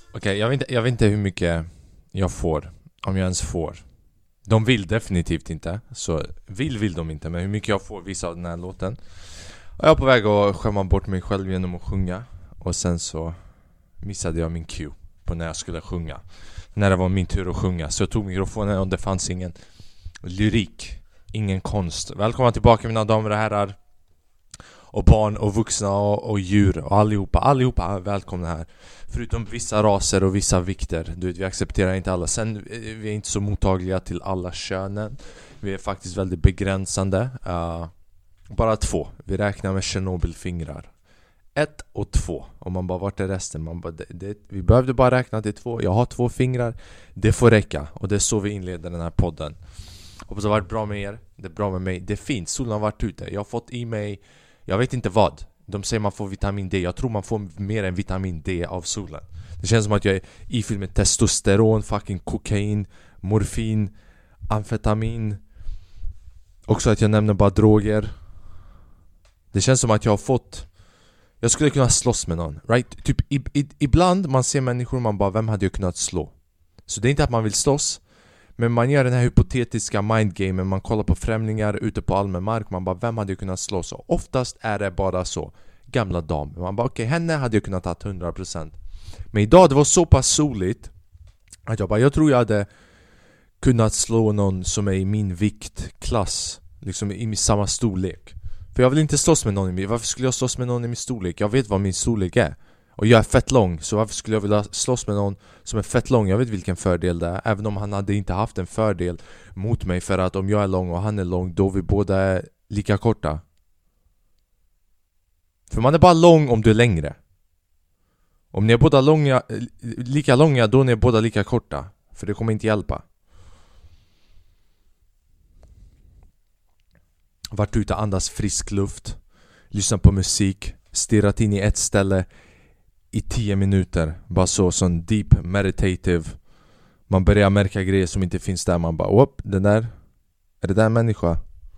Okej, jag vet inte hur mycket jag får. Om jag ens får. De vill definitivt inte. Så vill de inte. Men hur mycket jag får visa av den här låten. Och jag är på väg att skämma bort mig själv genom att sjunga. Och sen så missade jag min cue på när jag skulle sjunga. När det var min tur att sjunga. Så jag tog mikrofonen och det fanns ingen lyrik. Ingen konst. Välkomna tillbaka mina damer och herrar. Och barn och vuxna och djur och allihopa välkomna här. Förutom vissa raser och vissa vikter. Du vet, vi accepterar inte alla. Sen vi är inte så mottagliga till alla könen. Vi är faktiskt väldigt begränsande. Bara 2. Vi räknar med Tjernobylfingrar. 1 och 2. Om man bara vart är resten. Man bara, vi behövde bara räkna till 2. Jag har 2 fingrar. Det får räcka. Och det är så vi inleder den här podden. Hoppas det har varit bra med er. Det är bra med mig. Det är fint. Solen har varit ute. Jag har fått i mig, jag vet inte vad. De säger man får vitamin D. Jag tror man får mer än vitamin D av solen. Det känns som att jag är ifylld med testosteron, fucking kokain, morfin, amfetamin. Också att jag nämner bara droger. Det känns som att jag har fått, jag skulle kunna slåss med någon, right? Typ ibland man ser människor och man bara, vem hade jag kunnat slå? Så det är inte att man vill slåss, men man gör den här hypotetiska mindgamen. Man kollar på främlingar ute på allmän mark. Man bara, vem hade jag kunnat slå? Så oftast är det bara så, gamla dam. Man bara, okej, henne hade jag kunnat ta 100%. Men idag det var så pass soligt att jag tror jag hade kunnat slå någon som är i min viktklass, liksom i samma storlek. För jag vill inte slåss med någon i min. Varför skulle jag slåss med någon i min storlek? Jag vet vad min storlek är. Och jag är fett lång, så varför skulle jag vilja slåss med någon som är fett lång? Jag vet vilken fördel det är. Även om han hade inte haft en fördel mot mig. För att om jag är lång och han är lång, då vi båda är lika korta. För man är bara lång om du är längre. Om ni är båda lika långa, då är ni båda lika korta. För det kommer inte hjälpa. Vart ute, andas frisk luft. Lyssna på musik. Stirrat in i ett ställe i 10 minuter. Bara sån deep meditative. Man börjar märka grejer som inte finns där. Man bara, den där, är det där en människa?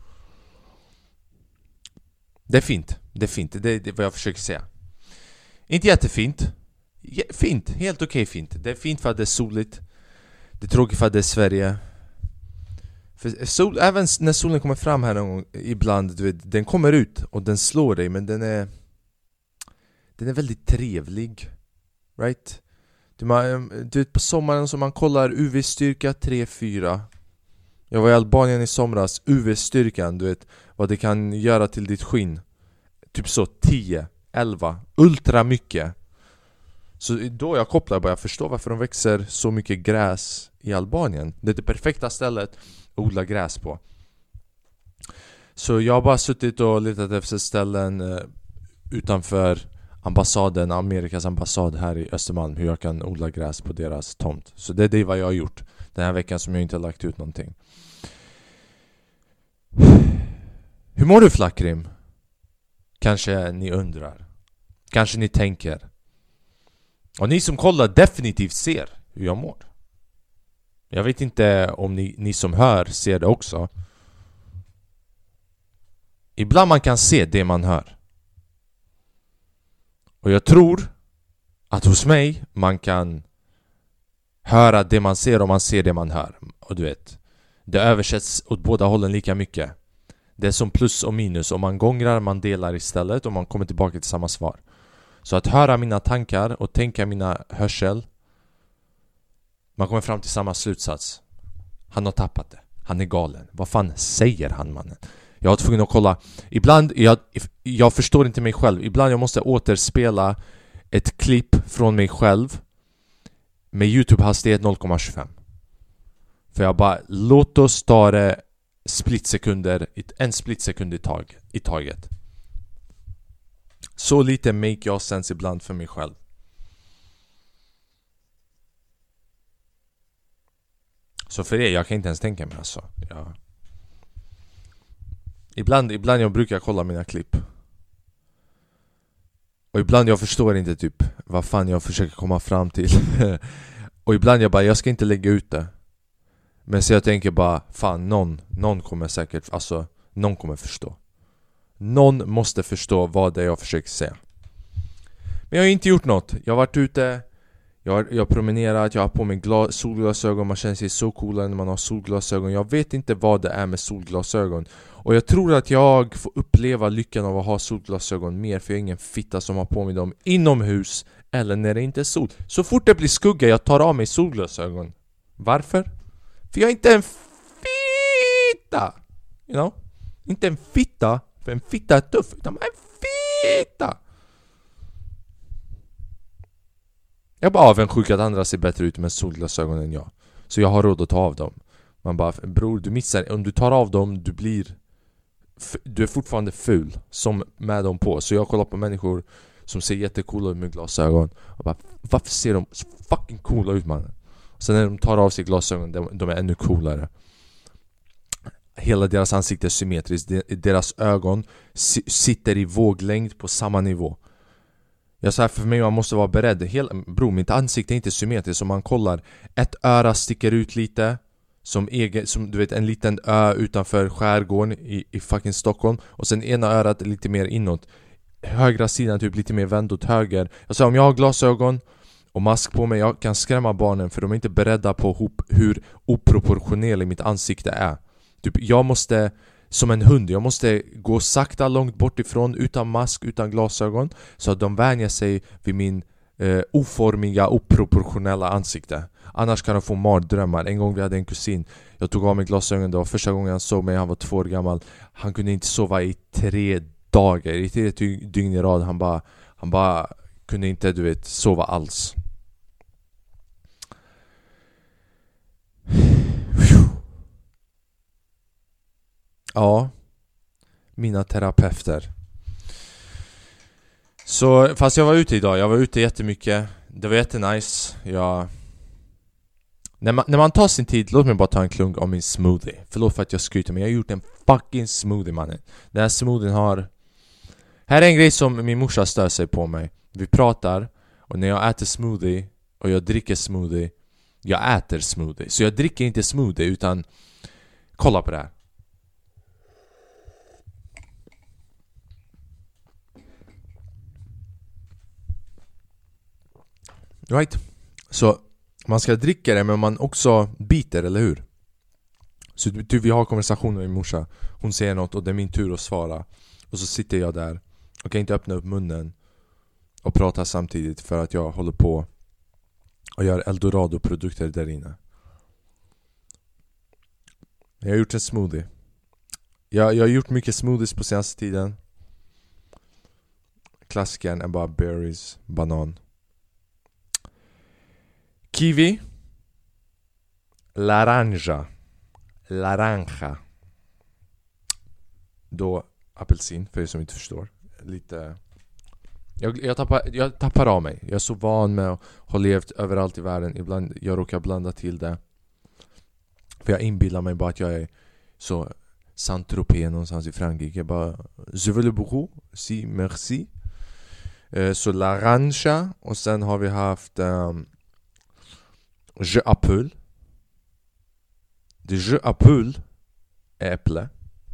Det är fint. Det är vad jag försöker säga. Inte jättefint. Fint, helt okej fint. Det är fint för att det är soligt. Det är tråkigt för att det är Sverige. För även när solen kommer fram här någon gång, ibland, du vet, den kommer ut och den slår dig, men den är väldigt trevlig. Right? Du vet, på sommaren så man kollar UV-styrka 3-4. Jag var i Albanien i somras. UV-styrkan, du vet vad det kan göra till ditt skinn. Typ så 10, 11, ultra mycket. Så då jag kopplar bara, jag förstår varför de växer så mycket gräs i Albanien. Det är det perfekta stället att odla gräs på. Så jag har bara suttit och letat efter ställen utanför ambassaden, Amerikas ambassad här i Östermalm, hur jag kan odla gräs på deras tomt. Så det är vad jag har gjort den här veckan som jag inte har lagt ut någonting. Hur mår du, Flackrim? Kanske ni undrar. Kanske ni tänker. Och ni som kollar definitivt ser hur jag mår. Jag vet inte om ni som hör ser det också. Ibland man kan se det man hör. Och jag tror att hos mig man kan höra det man ser och man ser det man hör. Och du vet, det översätts åt båda hållen lika mycket. Det är som plus och minus. Om man gångrar, man delar istället och man kommer tillbaka till samma svar. Så att höra mina tankar och tänka mina hörsel, man kommer fram till samma slutsats. Han har tappat det. Han är galen. Vad fan säger han, mannen? Jag var tvungen att kolla. Ibland, jag förstår inte mig själv. Ibland jag måste återspela ett klipp från mig själv med YouTube-hastighet 0,25. För jag bara, låt oss ta det en splitsekund i taget. Så lite make jag sense ibland för mig själv. Så för det, jag kan inte ens tänka mig alltså. Ibland jag brukar kolla mina klipp. Och ibland jag förstår inte typ vad fan jag försöker komma fram till. Och ibland jag ska inte lägga ut det. Men så jag tänker bara, fan någon kommer säkert, alltså någon kommer förstå. Någon måste förstå vad det är jag försöker säga. Men jag har inte gjort något. Jag har varit ute, Jag har promenerat, jag har på mig solglasögon. Man känner sig så coolare när man har solglasögon. Jag vet inte vad det är med solglasögon. Och jag tror att jag får uppleva lyckan av att ha solglasögon mer. För jag är ingen fitta som har på mig dem inomhus eller när det inte är sol. Så fort det blir skugga, jag tar av mig solglasögon. Varför? För jag är inte en fitta. You know? Inte en fitta, för en fitta är tuff. Utan en fitta. Jag är bara avundsjuk att andra ser bättre ut med solglasögon än jag. Så jag har råd att ta av dem. Man bara, bror, du missar. Om du tar av dem, du är fortfarande ful som med dem på. Så jag kollar på människor som ser jättecoola ut med glasögon och bara, varför ser de så fucking coola ut, man? Sen när de tar av sig glasögon, de är ännu coolare. Hela deras ansikte är symmetriskt. Deras ögon sitter i våglängd på samma nivå. Jag sa för mig, man måste vara beredd. Bro, mitt ansikte är inte symmetriskt. Om man kollar, ett öra sticker ut lite som du vet, en liten ö utanför skärgården i fucking Stockholm. Och sen ena örat är lite mer inåt. Högra sidan typ lite mer vänd åt höger. Jag sa, om jag har glasögon och mask på mig, jag kan skrämma barnen. För de är inte beredda på hur oproportionerligt mitt ansikte är. Typ, jag måste, som en hund, jag måste gå sakta långt bort ifrån, utan mask, utan glasögon, så att de vänjer sig vid min oformiga, oproportionella ansikte. Annars kan de få mardrömmar. En gång vi hade en kusin, jag tog av mig glasögon, det var första gången han såg mig, han var 2 år gammal. Han kunde inte sova i 3 dagar, i 3 dygn i rad. Han bara kunde inte, du vet, sova alls. Ja, mina terapeuter. Så, fast jag var ute idag. Jag var ute jättemycket. Det var jättenice. När man tar sin tid, låt mig bara ta en klunk av min smoothie. Förlåt för att jag skryter, men jag har gjort en fucking smoothie, mannen. Den här smoothien har... Här är en grej som min morsa stör sig på mig. Vi pratar, och när jag äter smoothie och jag dricker smoothie, jag äter smoothie. Så jag dricker inte smoothie, utan... Kolla på det här. Right. Så man ska dricka det, men man också biter, eller hur? Så vi har konversationer med min morsa. Hon säger något och det är min tur att svara. Och så sitter jag där och kan inte öppna upp munnen och prata samtidigt, för att jag håller på och gör Eldorado-produkter där inne. Jag har gjort en smoothie. Jag har gjort mycket smoothies på senaste tiden. Klassikern är bara berries, banan, kiwi, laranja, då apelsin, för er som inte förstår. Lite... Jag tappar av mig. Jag är så van med att ha levt överallt i världen. Ibland jag råkar blanda till det. För jag inbillar mig bara att jag är så Saint-Tropez någonstans i Frankrike. Jag bara, je veux le beaucoup, si, merci. Så laranja. Och sen har vi haft jeu à poule. Det jeu à poule är äpple.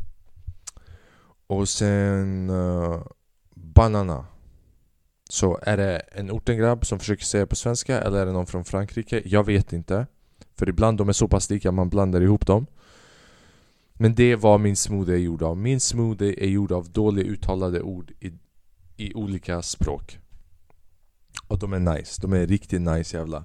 Och sen banana. Så är det en ortengrabb som försöker säga på svenska, eller är det någon från Frankrike? Jag vet inte. För ibland de är så pass lika man blandar ihop dem. Men det var min smoothie är gjord av. Min smoothie är gjord av dåligt uttalade ord i olika språk. Och de är nice. De är riktigt nice, jävla.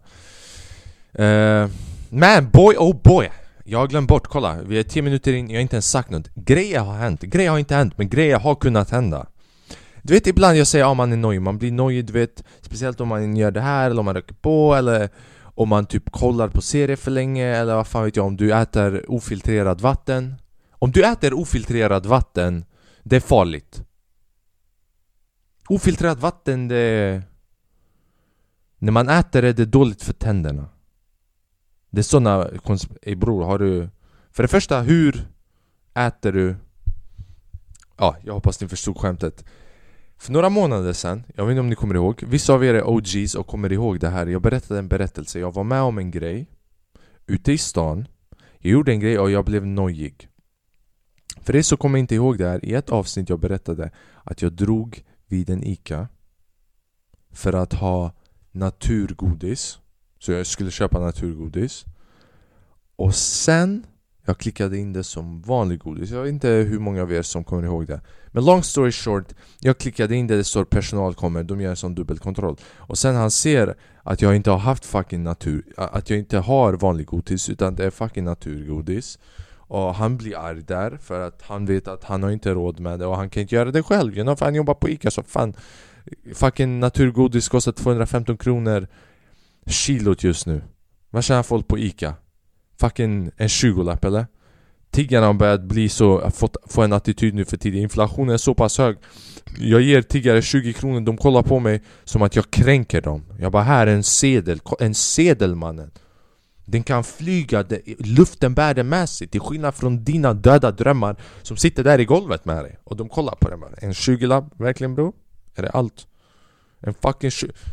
Man, boy, oh boy. Jag har glömt bort, kolla. Vi är 10 minuter in, jag har inte ens sagt något. Grejer har hänt. Grejer har inte hänt, men grejer har kunnat hända. Du vet, ibland jag säger att man är nöjd. Man blir nöjd, du vet. Speciellt om man gör det här, eller om man röker på, eller om man typ kollar på serier för länge, eller vad fan vet jag, om du äter ofiltrerat vatten. Om du äter ofiltrerat vatten, det är farligt. Ofiltrerat vatten, det... När man äter det är dåligt för tänderna. Det är såna... bror, har du... För det första, hur äter du... Ja, jag hoppas ni förstod skämtet. För några månader sedan, jag vet inte om ni kommer ihåg, vissa av er är OGs och kommer ihåg det här. Jag berättade en berättelse. Jag var med om en grej ute i stan. Jag gjorde en grej och jag blev nojig. För det så kommer jag inte ihåg det här. I ett avsnitt jag berättade att jag drog vid en Ica för att ha naturgodis. Så jag skulle köpa naturgodis. Och sen jag klickade in det som vanlig godis. Jag vet inte hur många av er som kommer ihåg det. Men long story short, jag klickade in det står personal kommer, de gör en sån dubbelkontroll. Och sen han ser att jag inte har haft fucking att jag inte har vanlig godis, utan det är fucking naturgodis. Och han blir arg där för att han vet att han har inte råd med det och han kan inte göra det själv. You know, för han jobbar på Ica, så fan fucking naturgodis kostar 215 kronor kilot just nu. Vad tjänar folk på Ica? Fucking en 20-lapp eller? Tiggarna har börjat bli så, få en attityd nu för tiden. Inflationen är så pass hög. Jag ger tiggare 20 kronor, de kollar på mig som att jag kränker dem. Jag bara, här är en sedel mannen. Den kan flyga, luften bär den med sig. Till skillnad från dina döda drömmar som sitter där i golvet med dig. Och de kollar på den bara. En 20-lapp, verkligen bro? Är det allt? En fucking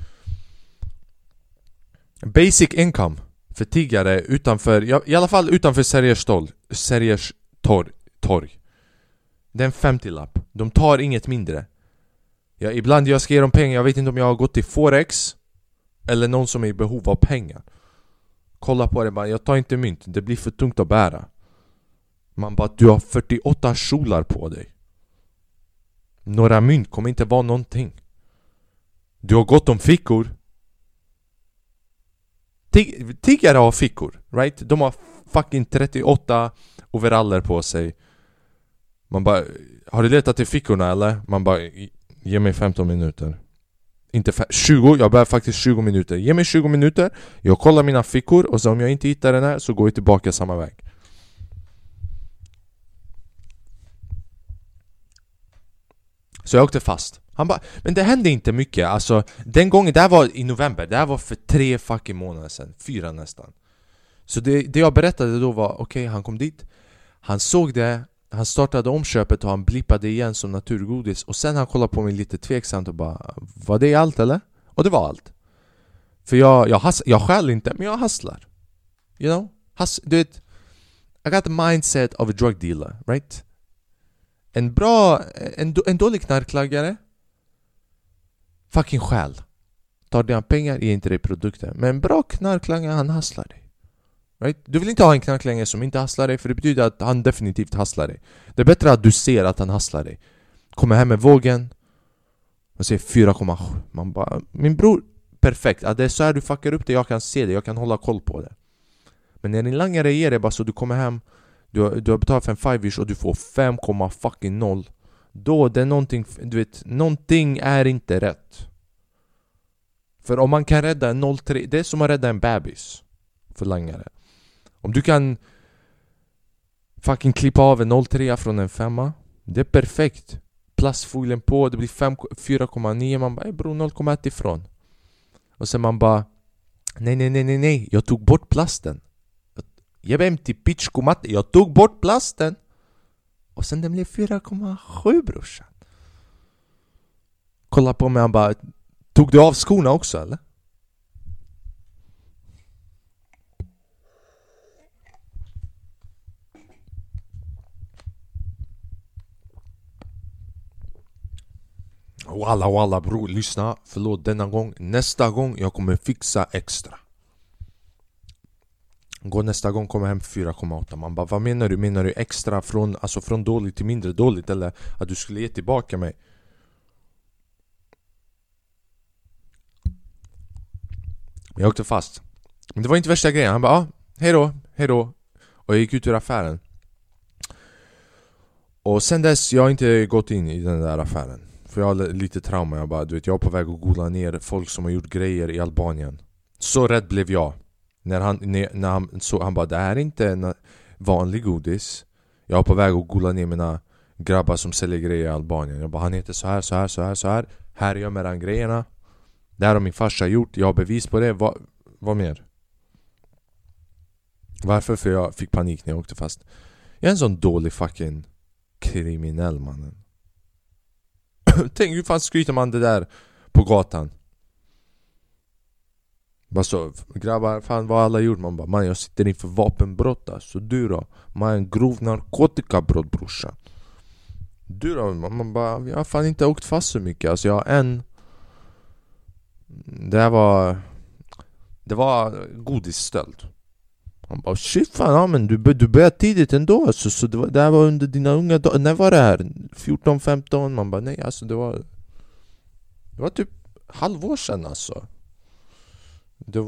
basic income för tiggare utanför, i alla fall utanför Sergels torg. Det är en 50-lapp. De tar inget mindre. Ibland jag ska ge dem pengar. Jag vet inte om jag har gått till Forex eller någon som är i behov av pengar. Kolla på det bara, jag tar inte mynt. Det blir för tungt att bära. Man bara, du har 48 kjolar på dig. Några mynt kommer inte vara någonting. Du har gått om fickor. Tiggare har fickor, right? De har fucking 38 overaller på sig. Man bara, har du letat i fickorna eller? Man bara, ge mig 15 minuter. Inte 20, jag behöver faktiskt 20 minuter. Ge mig 20 minuter, jag kollar mina fickor. Och så om jag inte hittar den här så går jag tillbaka samma väg. Så jag åkte fast. Han bara, men det hände inte mycket. Alltså, den gången, det här var i november. Det här var för 3 fucking månader sedan. 4 nästan. Så det jag berättade då var, okej, han kom dit. Han såg det. Han startade omköpet och han blippade igen som naturgodis. Och sen han kollade på mig lite tveksamt och bara, var det allt eller? Och det var allt. För jag skäl inte, men jag hasslar. You know? Du vet, I got the mindset of a drug dealer, right? En dålig knarklagare fucking skäl. Tar dina pengar, ger inte dig produkter. Men en bra knarklangare, han hasslar dig. Right? Du vill inte ha en knarklangare som inte hasslar dig, för det betyder att han definitivt hasslar dig. Det är bättre att du ser att han hasslar dig. Kommer hem med vågen och säger 4,7. Man bara, min bror, perfekt. Att det är så här du fuckar upp det, jag kan se det, jag kan hålla koll på det. Men när din langare ger det bara så du kommer hem, du har betalat för en 5-ish och du får 5,0. Då det är någonting, du vet, någonting är inte rätt. För om man kan rädda en 0,3, det är som att rädda en bebis för langare. Om du kan fucking klippa av en 0,3 från en 5, det är perfekt. Plastfolien på, det blir 4,9. Man bara, bro, 0,1 ifrån. Och sen man bara, nej, jag tog bort plasten. Jag tog bort plasten. Och sen den blev 4,7 brorsan. Kolla på mig, han bara, tog du av skorna också eller? Walla bro, lyssna. Förlåt denna gång. Nästa gång jag kommer fixa extra. Nästa gång kommer hem 4,8. Man bara, vad menar du? Menar du extra från dåligt till mindre dåligt? Eller att du skulle ge tillbaka mig? Jag åkte fast. Men det var inte värsta grejen. Han bara, hejdå. Och jag gick ut ur affären. Och sen dess, jag har inte gått in i den där affären. För jag har lite trauma. Jag bara, jag är på väg att googla ner folk som har gjort grejer i Albanien. Så rädd blev jag. När han så han bara, det här är inte en vanlig godis. Jag är på väg att googla ner mina grabbar som säljer grejer i Albanien. Jag bara, han heter så här. Här är jag med de grejerna. Det här har min farsa gjort. Jag har bevis på det. Vad mer? Varför? För jag fick panik när jag åkte fast. Jag är en sån dålig fucking kriminell mannen. Tänk hur fan skryter man det där på gatan. Bara så, grabbar, fan vad alla gjort. Man bara, man jag sitter inför vapenbrott. Så du då? Man är en grov narkotikabrott brorsan. Du då? Man bara, jag har fan inte åkt fast så mycket. Alltså jag har Det var godisstöld. Han bara, shit fan, ja, men du började tidigt ändå alltså, så det här var under dina unga dagar. När var det här? 14-15? Man bara, nej alltså det var typ halvår sedan alltså. Det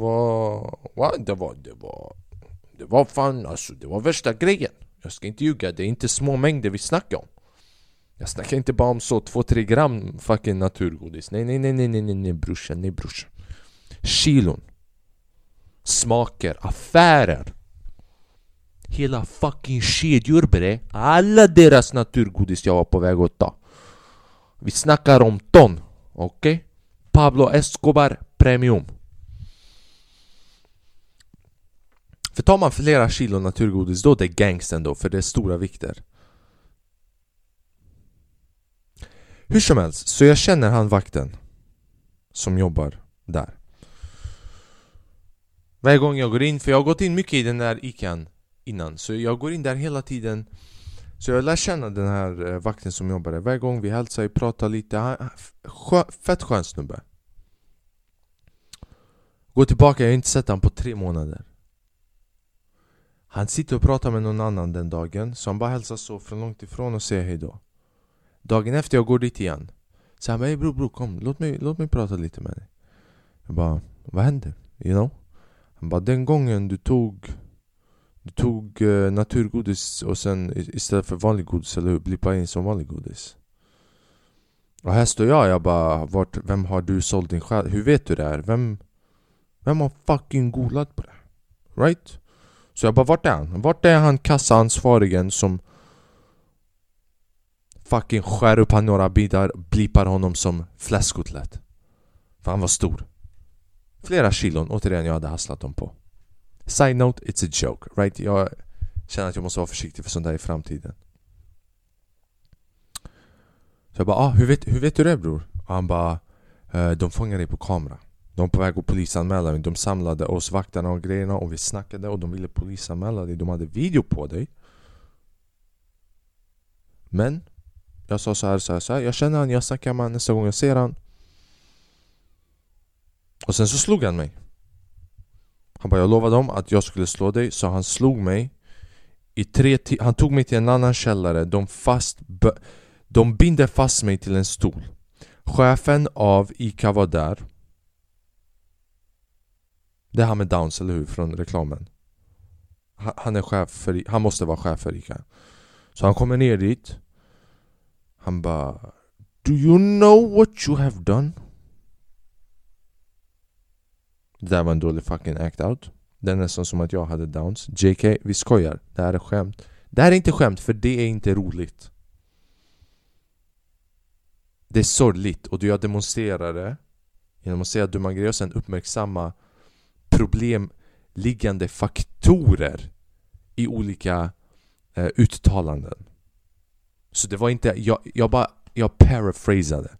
var fan alltså, det var värsta grejen. Jag ska inte ljuga, det är inte små mängder vi snackar om. Jag snackar inte bara om så 2-3 gram fucking naturgodis. Nej brorsan. Kilon. Smaker, affärer. Hela fucking kedjor bre. Alla deras naturgodis jag var på väg att ta. Vi snackar om ton. Okej? Pablo Escobar Premium. För tar man flera kilo naturgodis, då det är gangsten då, för det är stora vikter. Hur som helst, så jag känner han vakten som jobbar där. Varje gång jag går in, för jag har gått in mycket i den där Ican innan, så jag går in där hela tiden. Så jag lär känna den här vakten som jobbar där. Varje gång vi hälsar, pratar lite. Fett skön snubbe. Gå tillbaka, jag har inte sett han på 3 månader. Han sitter och pratar med någon annan den dagen, så han bara hälsar så från långt ifrån och säger hej då. Dagen efter jag går dit igen, så han bara, hej bro, kom, låt mig prata lite med dig. Jag bara, vad hände? You know? Han bara, den gången du tog naturgodis och sen istället för vanlig godis, eller hur, blippa in som vanlig godis. Och här står jag bara, vem har du sålt din själ? Hur vet du det här? Vem har fucking golat på det? Right? Så jag bara, vart är han kassaansvarigen som fucking skär upp han några bitar, blipar honom som fläskkotlett? För han var stor. Flera kilon, återigen jag hade hasslat dem på. Side note, it's a joke, right? Jag känner att jag måste vara försiktig för sånt där i framtiden. Så jag bara, hur vet du det bror? Och han bara, de fångade dig på kamera. De var på väg att polisanmäla mig. De samlade oss vakterna och grejerna och vi snackade och de ville polisanmäla dig. De hade video på dig. Men jag sa så här. Jag känner han, jag snackar med han nästa gång jag ser han. Och sen så slog han mig. Han bara, jag lovade dem att jag skulle slå dig. Så han slog mig i 3 han tog mig till en annan källare. De binder fast mig till en stol. Chefen av ICA var där. Det här med Downs, eller hur? Från reklamen. Han är chef för, han måste vara chef för ICA. Så han kommer ner dit. Han bara, do you know what you have done? Det där var en dålig fucking act out. Det är nästan som att jag hade Downs. JK, vi skojar. Det här är skämt. Det här är inte skämt, för det är inte roligt. Det är sorgligt. Och jag demonstrerar det genom att säga dumma grejer och sen uppmärksamma problemliggande faktorer i olika uttalanden. Så det var inte, jag paraphrasade.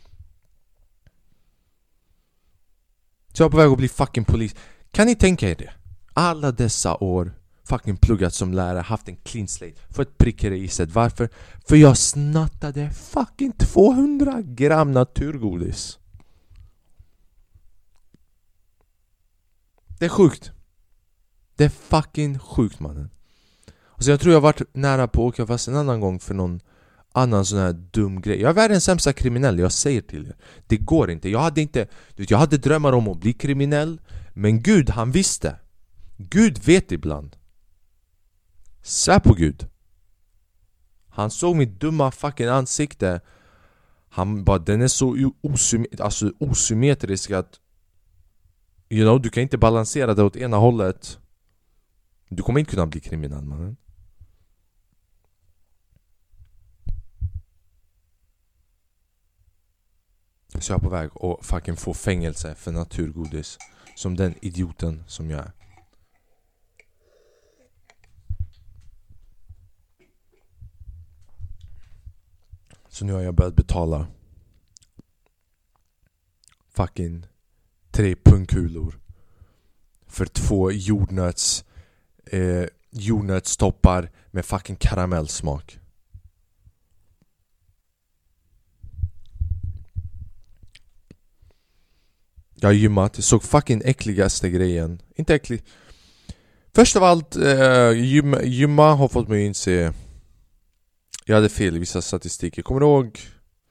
Så jag är på väg att bli fucking polis. Kan ni tänka er det? Alla dessa år fucking pluggat som lärare, haft en clean slate, för ett prick i registret. Varför? För jag snattade fucking 200 gram naturgodis. Det är sjukt. Det är fucking sjukt, mannen. Alltså jag tror jag har varit nära på att åka fast en annan gång för någon annan sån här dum grej. Jag är världens sämsta kriminell, jag säger till er. Det går inte. Jag hade drömmar om att bli kriminell, men Gud, han visste. Gud vet ibland. Svär på Gud. Han såg mitt dumma fucking ansikte. Han bara, den är så osymmetrisk att du kan inte balansera det åt ena hållet. Du kommer inte kunna bli kriminell, mannen. Så jag är på väg att fucking få fängelse för naturgodis, som den idioten som jag är. Så nu har jag börjat betala fucking 3 pungkulor för 2 jordnötstoppar med fucking karamellsmak. Jag har gymmat, jag såg fucking äckligaste grejen. Inte äcklig. Först av allt, gymma har fått mig att inse. Jag hade fel i vissa statistiker. Kommer du ihåg?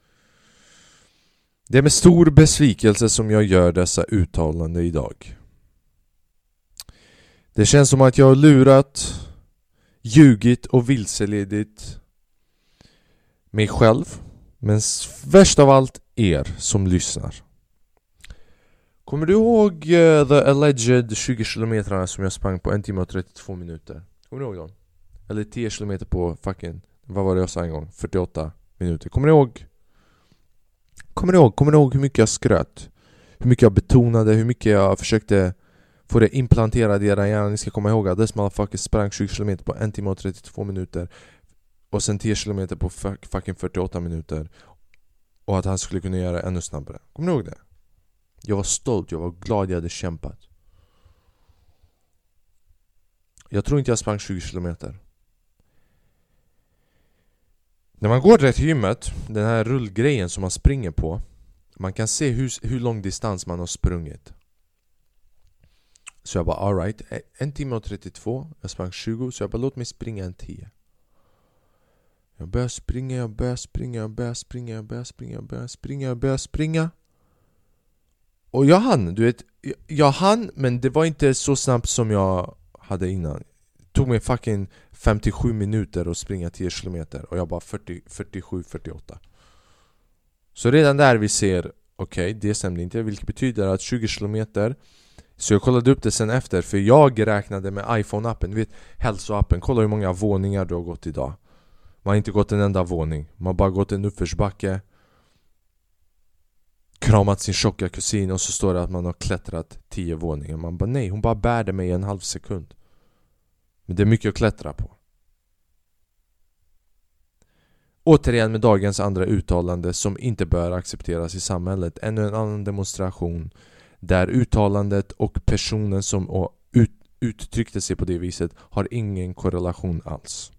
Det är med stor besvikelse som jag gör dessa uttalanden idag. Det känns som att jag har lurat, ljugit och vilseledit mig själv. Men värst av allt er som lyssnar. Kommer du ihåg the alleged 20 kilometrarna som jag sprang på 1 timme och 32 minuter? Kommer du ihåg dem? Eller 10 kilometer på fucking, vad var det jag sa en gång? 48 minuter. Kommer du ihåg? Kommer du ihåg hur mycket jag skröt? Hur mycket jag betonade, hur mycket jag försökte få det implanterat i era hjärna. Ni ska komma ihåg att this motherfucker sprang 20 kilometer på 1 timme och 32 minuter. Och sen 10 kilometer på fucking 48 minuter. Och att han skulle kunna göra det ännu snabbare. Kommer du ihåg det? Jag var stolt, jag var glad jag hade kämpat. Jag tror inte jag sprang 20 kilometer. När man går rätt till gymmet, den här rullgrejen som man springer på, man kan se hur lång distans man har sprungit. Så jag bara, alright, 1 timme och 32, jag sprang 20, så jag bara, låt mig springa en 10. Jag börjar springa. Och jag hann, men det var inte så snabbt som jag hade innan. Det tog mig fucking 57 minuter att springa 10 kilometer. Och jag bara 47-48. Så redan där vi ser, okej, det stämde inte. Vilket betyder att 20 kilometer. Så jag kollade upp det sen efter. För jag räknade med iPhone-appen. Du vet, hälsoappen. Kolla hur många våningar du har gått idag. Man har inte gått en enda våning. Man har bara gått en uppförsbacke. Kramat sin tjocka kusin. Och så står det att man har klättrat 10 våningar. Man bara, nej, hon bara bärde mig en halv sekund. Men det är mycket att klättra på. Återigen med dagens andra uttalande som inte bör accepteras i samhället. Ännu en annan demonstration där uttalandet och personen som uttryckte sig på det viset har ingen korrelation alls.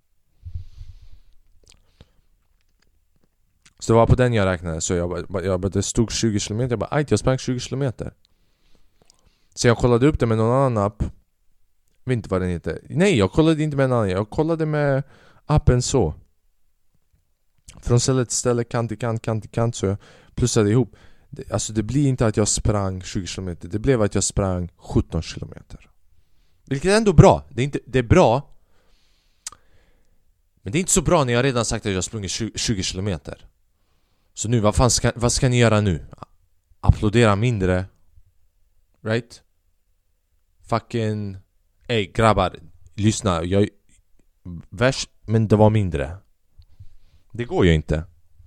Så det var på den jag räknade. Så det stod 20 km. Jag bara, jag sprang 20 km. Så jag kollade upp det med någon annan app. Jag vet inte vad den heter. Nej, jag kollade inte med en annan. Jag kollade med appen så. Från ställe till ställe, kant till kant. Så jag plussade ihop. Det blir inte att jag sprang 20 km. Det blev att jag sprang 17 km. Vilket är ändå bra. Det är bra. Men det är inte så bra när jag redan sagt att jag sprungit 20 km. Så nu, vad ska ni göra nu? Applådera mindre. Right? Fucking... Ey grabbar, lyssna. Värst, men det var mindre. Det går ju inte.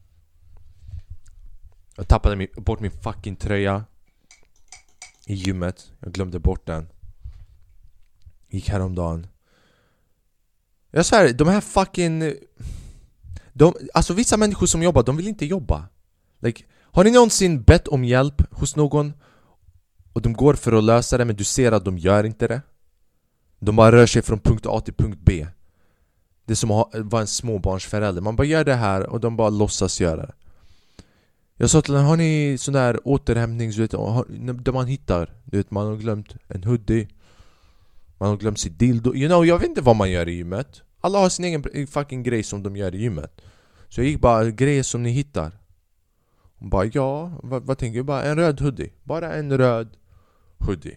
Jag tappade bort min fucking tröja i gymmet. Jag glömde bort den. Gick häromdagen. Jag svär, de här fucking... Alltså vissa människor som jobbar, de vill inte jobba. Like, har ni någonsin bett om hjälp hos någon och de går för att lösa det, men du ser att de gör inte det? De bara rör sig från punkt A till punkt B. Det är som att vara en småbarnsförälder. Man bara gör det här och de bara låtsas göra det. Jag sa till dem, har ni sån där återhämtnings... Där man hittar, du vet, man har glömt en hoodie. Man har glömt sitt dildo. Jag vet inte vad man gör i gymmet. Alla har sin egen fucking grej som de gör i gymmet. Så jag gick bara, grejer som ni hittar. Hon bara, ja, vad tänker du? Bara en röd hoodie. Bara en röd hoodie.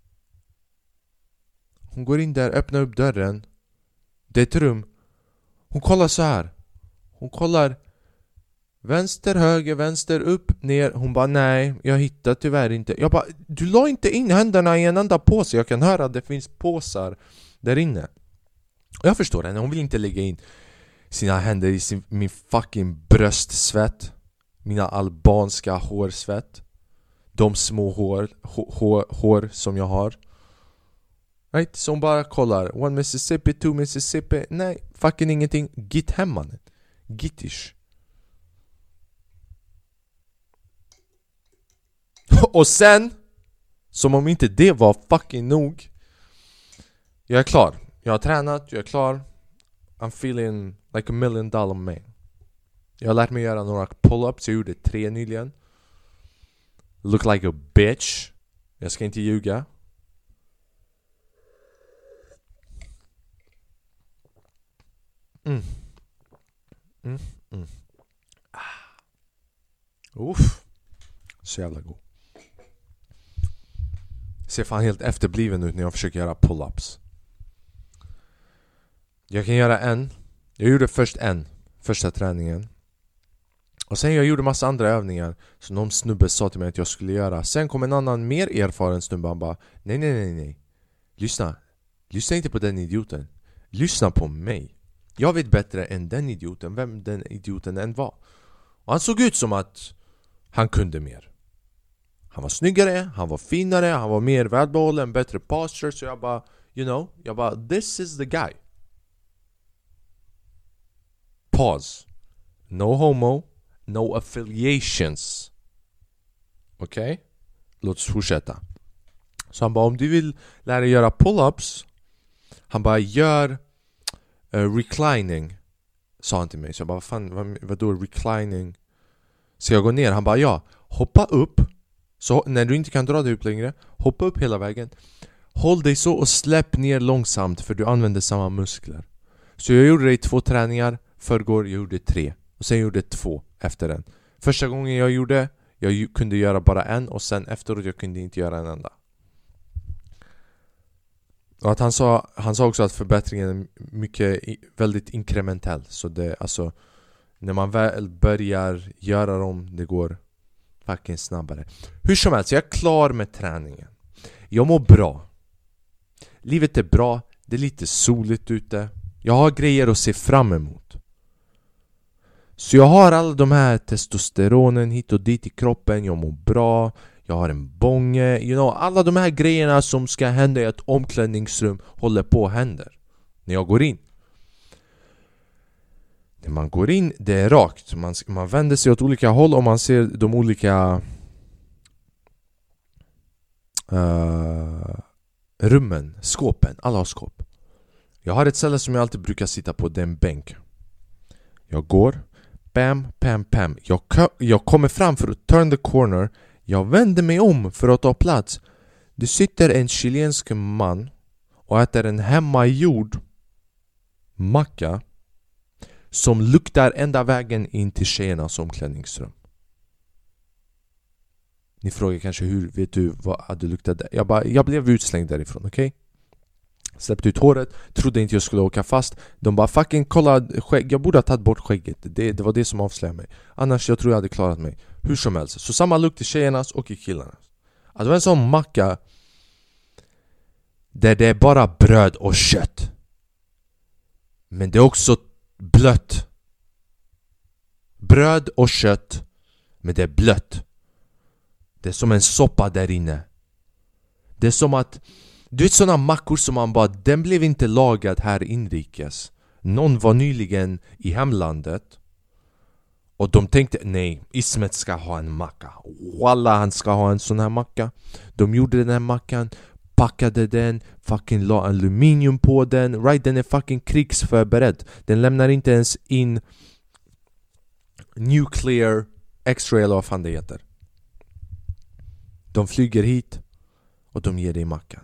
Hon går in där, öppnar upp dörren. Det är ett rum. Hon kollar så här. Hon kollar vänster, höger, vänster, upp, ner. Hon bara, nej, jag hittar tyvärr inte. Jag bara, du la inte in händerna i en enda påse. Jag kan höra att det finns påsar där inne. Och jag förstår henne, hon vill inte lägga in sina händer i min fucking bröstsvett. Mina albanska hårsvett. De små hår som jag har. Right? Så hon bara kollar. 1 Mississippi, 2 Mississippi. Nej, fucking ingenting. Git hem, mannen. Gittish. Och sen, som om inte det var fucking nog, jag är klar. Jag har tränat, jag är klar. I'm feeling like $1 million man. Jag har lärt mig göra några pull-ups. Jag gjorde 3 nyligen. Look like a bitch. Jag ska inte ljuga. Uff. Så jävla god. Ser fan helt efterbliven ut när jag försöker göra pull-ups. Jag kan göra en. Jag gjorde först första träningen. Och sen jag gjorde massa andra övningar som någon snubbe sa till mig att jag skulle göra. Sen kom en annan mer erfaren snubbe. Han bara, nej. Lyssna inte på den idioten. Lyssna på mig. Jag vet bättre än den idioten, vem den idioten än var. Och han såg ut som att han kunde mer. Han var snyggare, han var finare, han var mer välbehållen, bättre posture. Så jag bara, this is the guy. Pause. No homo, no affiliations. Okej? Okay? Låt oss fortsätta. Så han bara, om du vill lära dig göra pull-ups, han bara, gör reclining, sa han till mig. Så jag bara, vadå reclining? Så jag går ner, han bara, ja, hoppa upp. Så när du inte kan dra dig upp längre, hoppa upp hela vägen. Håll dig så och släpp ner långsamt, för du använder samma muskler. Så jag gjorde det i 2 träningar. Förrgår jag gjorde 3. Och sen gjorde 2 efter den. Första gången jag kunde göra bara en. Och sen efteråt jag kunde inte göra en enda. Och att han sa också att förbättringen är väldigt inkrementell. Så det, alltså, när man väl börjar göra dem, det går fucking snabbare. Hur som helst, jag är klar med träningen. Jag mår bra. Livet är bra. Det är lite soligt ute. Jag har grejer att se fram emot. Så jag har alla de här testosteronen hit och dit i kroppen. Jag mår bra. Jag har en bånge. Alla de här grejerna som ska hända i ett omklädningsrum håller på att hända när jag går in. När man går in, det är rakt. Man vänder sig åt olika håll och man ser de olika rummen, skåpen. Alla har skåp. Jag har ett ställe som jag alltid brukar sitta på, det är en bänk. Jag går, bam, pam, pam. Jag kommer fram för att turn the corner. Jag vänder mig om för att ta plats. Det sitter en chilensk man och äter en hemmagjord macka som luktar ända vägen in till tjejernas omklädningsrum. Ni frågar kanske, hur vet du vad det luktade? Jag blev utslängd därifrån, okej? Okay? Släppte ut håret, trodde inte jag skulle åka fast. De bara, fucking kolla skägg. Jag borde ha tagit bort skägget. Det var det som avslöjade mig. Annars jag tror jag hade klarat mig. Hur som helst. Så samma lukt i tjejernas och i killarnas. Att det var en sån macka där det är bara bröd och kött. Men det är också blött. Bröd och kött, men det är blött. Det är som en soppa där inne. Det är som att, du vet såna mackor som man bara, den blev inte lagad här inrikes. Någon var nyligen i hemlandet och de tänkte, nej, Ismet ska ha en macka. Wallah, han ska ha en sån här macka. De gjorde den här mackan, packade den, fucking la aluminium på den. Right, den är fucking krigsförberedd. Den lämnar inte ens in nuclear X-ray eller vad fan det heter. De flyger hit och de ger dig mackan.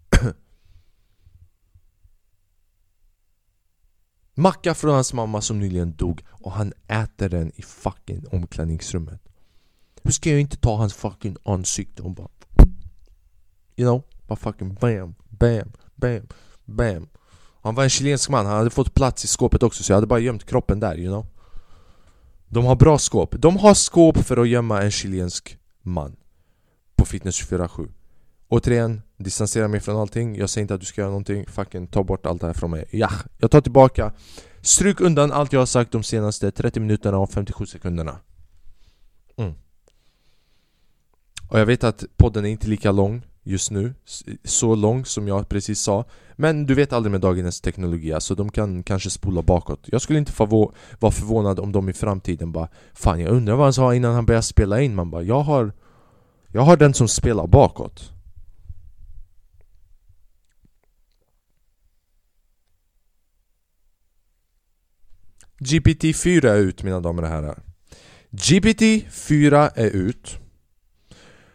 Macka från hans mamma som nyligen dog, och han äter den i fucking omklädningsrummet. Hur ska jag inte ta hans fucking ansikte och bara, bara fucking bam, bam, bam, bam. Han var en chilensk man, han hade fått plats i skåpet också, så jag hade bara gömt kroppen där, De har bra skåp. De har skåp för att gömma en chilensk man på Fitness 24/7. Återigen, distansera mig från allting. Jag säger inte att du ska göra någonting. Fucking ta bort allt det här från mig. Ja, jag tar tillbaka. Stryk undan allt jag har sagt de senaste 30 minuterna och 57 sekunderna. Och jag vet att podden är inte lika lång just nu. Så lång som jag precis sa. Men du vet aldrig med dagens teknologi. Så de kan kanske spola bakåt. Jag skulle inte vara förvånad om de i framtiden bara, fan, jag undrar vad han sa innan han började spela in. Man bara, jag har den som spelar bakåt. GPT-4 är ut, mina damer och herrar. GPT-4 är ut.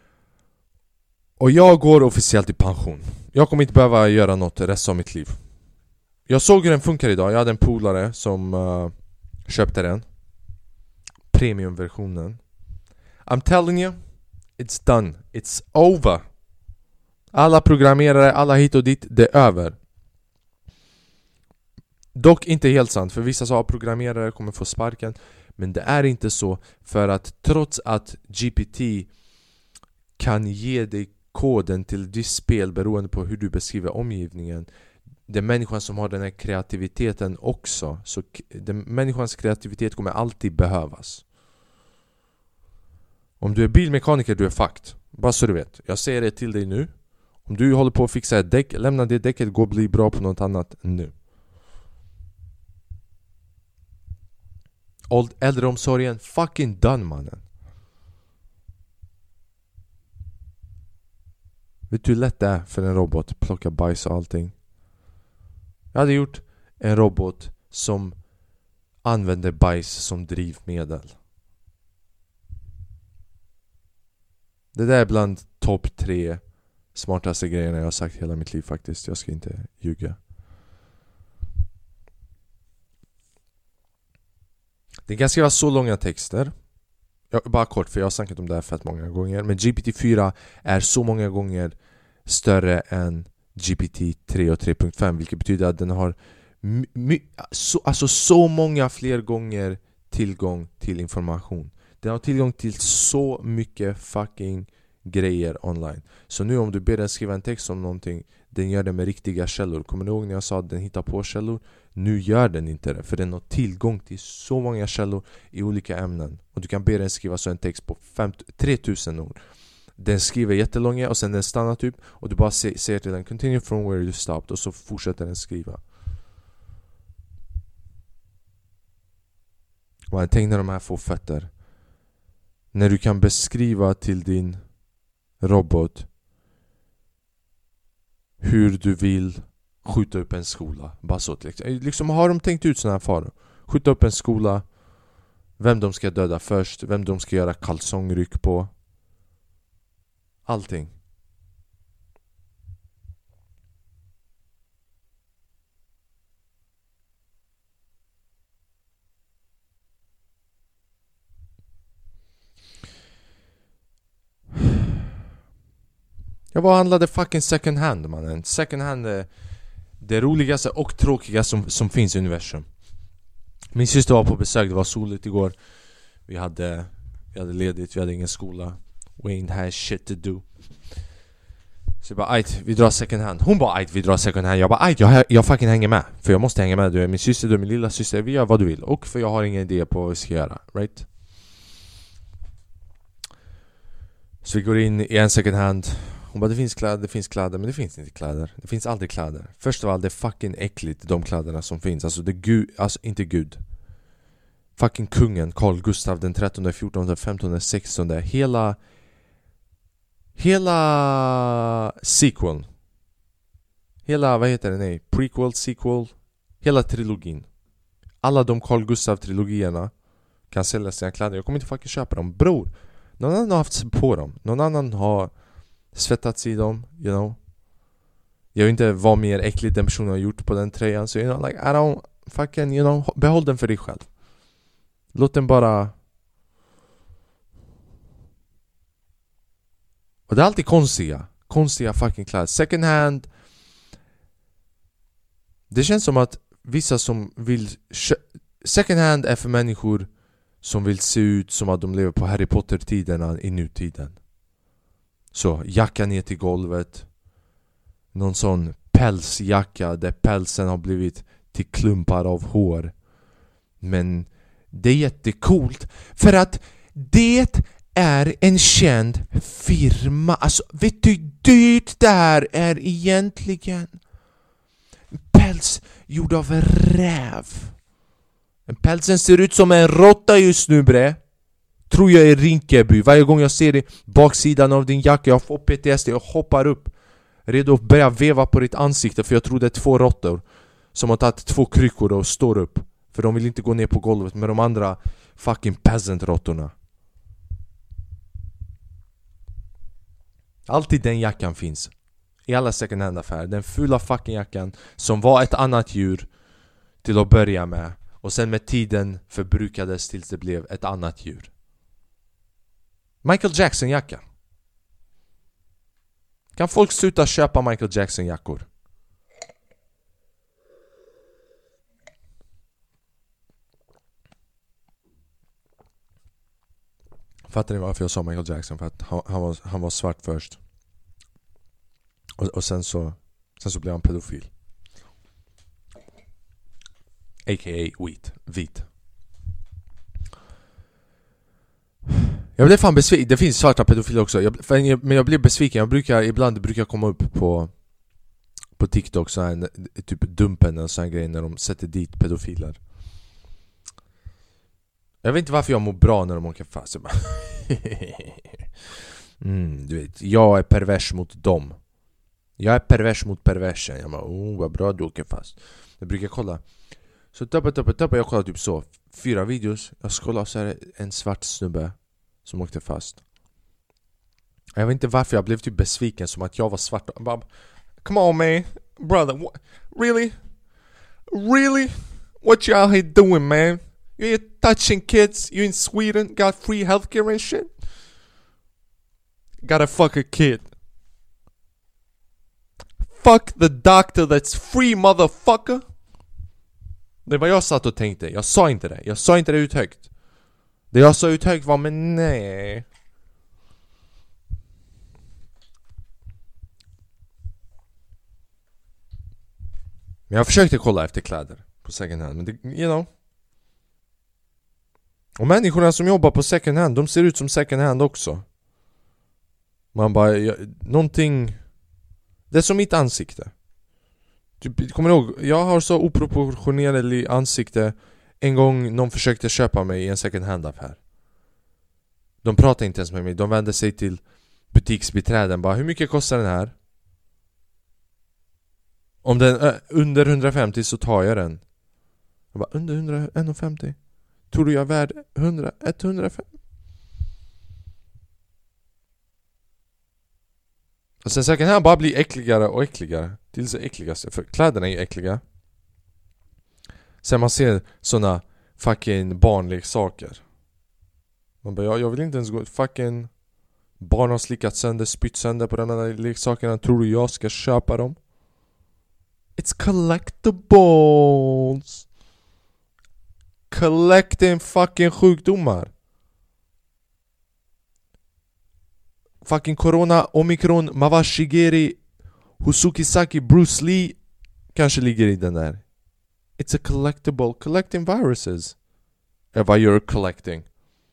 Och jag går officiellt i pension. Jag kommer inte behöva göra något resten av mitt liv. Jag såg hur den funkar idag. Jag hade en polare som köpte den. Premiumversionen. I'm telling you, it's done. It's over. Alla programmerare, alla hit och dit, det är över. Dock inte helt sant, för vissa sa att programmerare kommer få sparken. Men det är inte så, för att trots att GPT kan ge dig koden till ditt spel beroende på hur du beskriver omgivningen, det är människan som har den här kreativiteten också. Så människans kreativitet kommer alltid behövas. Om du är bilmekaniker, du är fucked. Bara så du vet. Jag säger det till dig nu. Om du håller på att fixa ett däck, lämna det däcket, gå och bli bra på något annat nu. Äldreomsorgen, fucking done, mannen. Vet du hur lätt det är för en robot att plocka bajs och allting? Jag hade gjort en robot som använder bajs som drivmedel. Det där är bland topp 3 smartaste grejerna jag har sagt hela mitt liv faktiskt. Jag ska inte ljuga. Det kan skriva så långa texter. Bara kort, för jag har snackat om det här fett många gånger. Men GPT-4 är så många gånger större än GPT-3 och 3.5, vilket betyder att den har så många fler gånger tillgång till information. Den har tillgång till så mycket fucking grejer online. Så nu om du ber den skriva en text om någonting, den gör det med riktiga källor. Kommer du ihåg när jag sa att den hittar på källor? Nu gör den inte det, för den har tillgång till så många källor i olika ämnen. Och du kan be den skriva så en text på 3000 ord. Den skriver jättelånga och sen den stannar typ. Och du bara säger till den continue from where you stopped, och så fortsätter den skriva. Och jag tänkte de här få fötter. När du kan beskriva till din robot hur du vill skjuta upp en skola. Bara så liksom har de tänkt ut såna här faror. Skjuta upp en skola, vem de ska döda först, vem de ska göra kalsongryck på. Allting. Jag var och handlade fucking second hand, mannen. Second hand är det roligaste och tråkigaste som finns i universum. Min syster var på besök, det var soligt igår. Vi hade ledigt, vi hade ingen skola. Wayne has shit to do. Så jag bara, ajt, vi drar second hand. Hon bara, ajt, vi drar second hand. Jag bara, ajt, jag fucking hänger med. För jag måste hänga med, du är min syster, du är min lilla syster. Vi gör vad du vill. Och för jag har ingen idé på vad vi ska göra, right? Så vi går in i en second hand. Hon bara, det finns kläder, men det finns inte kläder. Det finns aldrig kläder. Först av allt, det är fucking äckligt, de kläderna som finns. Alltså, inte Gud. Fucking kungen, Carl Gustav den 13, 14, 15, 16. Hela sequel. Hela, vad heter det? Nej, prequel, sequel. Hela trilogin. Alla de Carl Gustav-trilogierna kan sälja sina kläder. Jag kommer inte fucking köpa dem, bror. Någon annan har haft på dem. Någon annan har svettats i dem, you know. Jag vet inte vad mer äckligt den personen har gjort på den tröjan. Så you know, like, I don't fucking, you know, behåll den för dig själv. Låt den bara. Och det är alltid konstiga fucking kläder. Second hand. Det känns som att vissa som vill second hand är för människor som vill se ut som att de lever på Harry Potter-tiderna i nutiden. Så, jacka ner till golvet. Någon sån pälsjacka där pälsen har blivit till klumpar av hår. Men det är jättecoolt, för att det är en känd firma. Alltså, vet du hur dyrt det här är egentligen? Päls gjord av räv. Pälsen ser ut som en råtta just nu, bre. Tror jag är Rinkeby. Varje gång jag ser det baksidan av din jacka, jag får PTSD. Jag hoppar upp, redo att börja veva på ditt ansikte. För jag tror det är 2 råttor som har tagit 2 kryckor och står upp. För de vill inte gå ner på golvet med de andra fucking peasant-råttorna. Alltid den jackan finns i alla second hand affärer. Den fula fucking jackan som var ett annat djur till att börja med, och sen med tiden förbrukades tills det blev ett annat djur. Michael Jackson jacka. Kan folk sluta köpa Michael Jackson jackor? Fattar ni varför jag sa Michael Jackson? För att han var svart först. Och sen så blev han pedofil. A.k.a. vit. Jag blev fan besviken. Det finns svarta pedofiler också. Men jag blev besviken. Det brukar komma upp på TikTok så här, typ Dumpen och sån grej när de sätter dit pedofiler. Jag vet inte varför jag mår bra när de åker fast. Jag bara du vet, jag är pervers mot dem. Jag är pervers mot perversen. Jag bara, vad bra du åker fast. Jag brukar kolla. Så tappa. Jag kollar typ så 4 videos. Jag scrollar så här en svart snubbe som åkte fast. Jag vet inte varför jag blev typ besviken, som att jag var svart. Jag bara, come on man, brother, really? What you out here doing, man? You here touching kids? You in Sweden? Got free healthcare and shit? Gotta fuck a kid. Fuck the doctor that's free, motherfucker. Det var jag satt och tänkte. Jag sa inte det ut högt. Det jag sa ut högt var, men nej. Men jag försökte kolla efter kläder på second hand, men det, you know. Och människorna som jobbar på second hand, de ser ut som second hand också. Man bara, någonting. Det är som mitt ansikte. Du kommer ihåg, jag har så oproportionerligt ansikte. En gång någon försökte köpa mig i en second hand affär. De pratade inte ens med mig. De vände sig till butiksbiträden, bara, hur mycket kostar den här? Om den är under 150 så tar jag den. Jag bara, under 150? Tror du jag är värd 105? Och sen kan han bara bli äckligare och äckligare. Tills det äckligaste. För kläderna är ju äckliga. Sen man ser såna fucking barnleksaker. Man bara, jag vill inte ens gå. Fucking barn har slickat sönder, spytt sönder på de här leksakerna. Tror du jag ska köpa dem? It's collectibles. Collecting fucking sjukdomar. Fucking corona, omikron, Mawashigiri, Husukisaki, Bruce Lee kanske ligger i den där. It's a collectible. Collecting viruses. Vad you're collecting.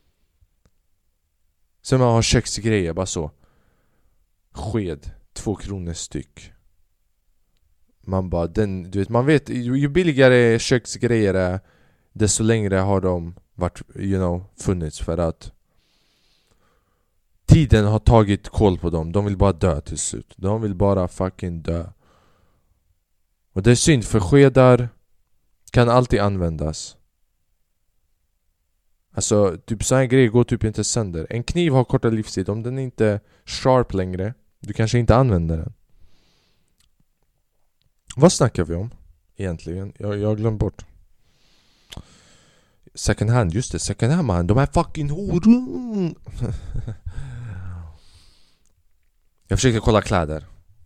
Sen man har köksgrejer, bara så. Sked, 2 kronor styck. Man bara, du vet, man vet, ju billigare köksgrejer är, desto längre har de varit, funnits, för att tiden har tagit koll på dem. De vill bara dö till slut. De vill bara fucking dö. Och det är synd, för skedar kan alltid användas. Alltså, typ sån här grejer går typ inte sönder. En kniv har kortare livstid. Om den inte är sharp längre, du kanske inte använder den. Vad snackar vi om egentligen? Jag har glömt bort. Second hand, just det. Second hand, man. De här fucking horor. Jag försökte kolla kläder.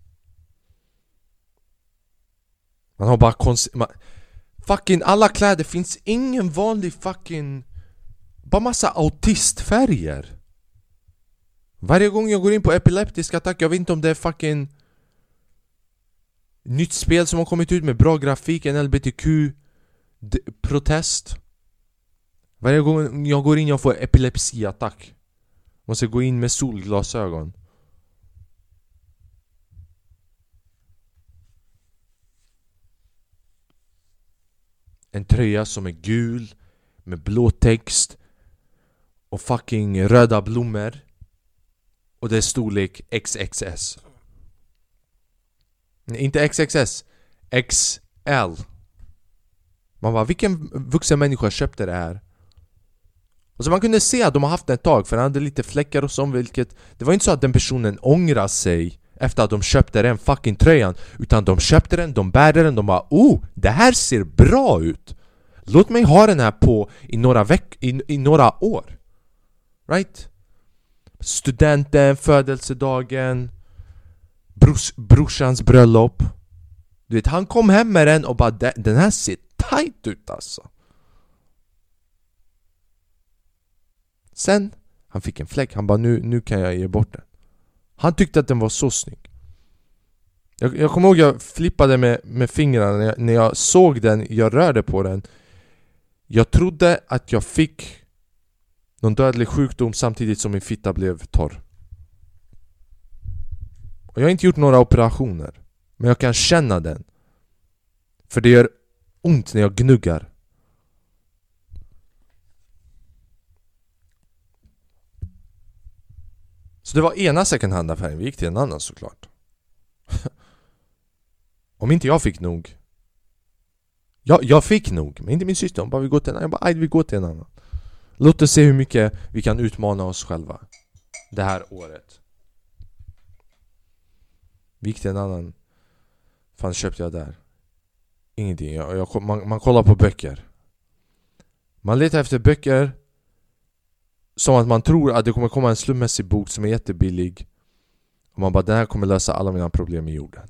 Man har bara fucking alla kläder. Finns ingen vanlig fucking, bara massa autistfärger. Varje gång jag går in på epileptisk attack, jag vet inte om det är fucking nytt spel som har kommit ut med bra grafik, en LGBTQ-protest. Varje gång jag går in jag får epilepsiattack. Måste gå in med solglasögon. En tröja som är gul med blå text och fucking röda blommor. Och det är storlek XXS. Nej, inte XXS, XL. Man bara, vilken vuxen människa köpte det här? Och så man kunde se att de har haft det ett tag, för han hade lite fläckar och sånt, vilket det var inte så att den personen ångrar sig efter att de köpte den fucking tröjan, utan de köpte den, de bärde den, de bara det här ser bra ut. Låt mig ha den här på i några i några år. Right? Studenten, födelsedagen, brorsans bröllop. Du vet, han kom hem med den och bara den här ser tight ut alltså. Sen han fick en fläck, han bara nu kan jag ge bort den. Han tyckte att den var så snygg. Jag kommer ihåg jag flippade med fingrarna när jag såg den, jag rörde på den. Jag trodde att jag fick någon dödlig sjukdom samtidigt som min fitta blev torr. Och jag har inte gjort några operationer, men jag kan känna den. För det gör ont när jag gnuggar. Så det var ena second hand affären, vi gick till en annan såklart. Om inte jag fick nog. Jag fick nog, men inte min syster. Hon bara, vi går till en annan. Jag bara, vi går till en annan. Låt oss se hur mycket vi kan utmana oss själva det här året. Vi gick till en annan. Fan, köpte jag där? Ingenting. Man kollar på böcker. Man letar efter böcker som att man tror att det kommer komma en slumpmässig bok som är jättebillig. Och man bara, den här kommer lösa alla mina problem i jorden.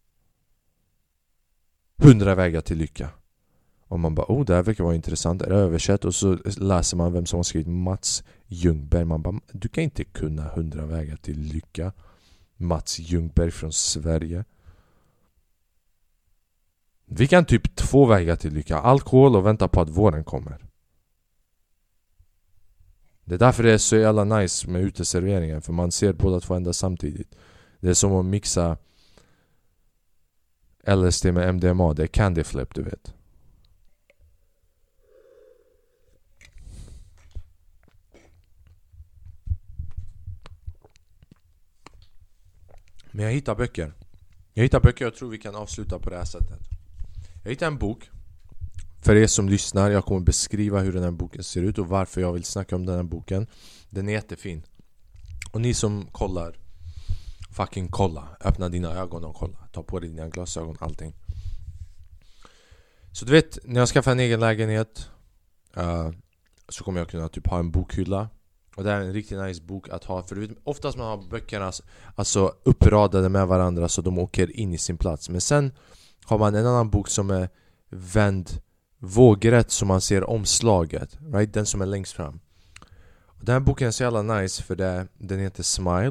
100 vägar till lycka. Och man bara, det här verkar vara intressant. Är det översatt? Och så läser man vem som har skrivit Mats Ljungberg. Man bara, du kan inte kunna 100 vägar till lycka. Mats Ljungberg från Sverige. Vi kan typ 2 vägar till lycka. Alkohol och vänta på att våren kommer. Det är därför det är så jävla nice med uteserveringen. För man ser båda två ända samtidigt. Det är som att mixa LSD med MDMA. Det är candy flip, du vet. Men jag hittar böcker. Jag tror vi kan avsluta på det här sättet. Jag hittar en bok. För er som lyssnar, jag kommer beskriva hur den här boken ser ut och varför jag vill snacka om den här boken. Den är jättefin. Och ni som kollar, fucking kolla. Öppna dina ögon och kolla. Ta på dig dina glasögon, allting. Så du vet, när jag skaffar en egen lägenhet så kommer jag kunna typ ha en bokhylla. Och det är en riktigt nice bok att ha. För du vet, oftast man har böckerna alltså uppradade med varandra så de åker in i sin plats. Men sen har man en annan bok som är vänd vågrätt så man ser omslaget, right? Den som är längst fram. Och den här boken är så jävla nice för den heter Smile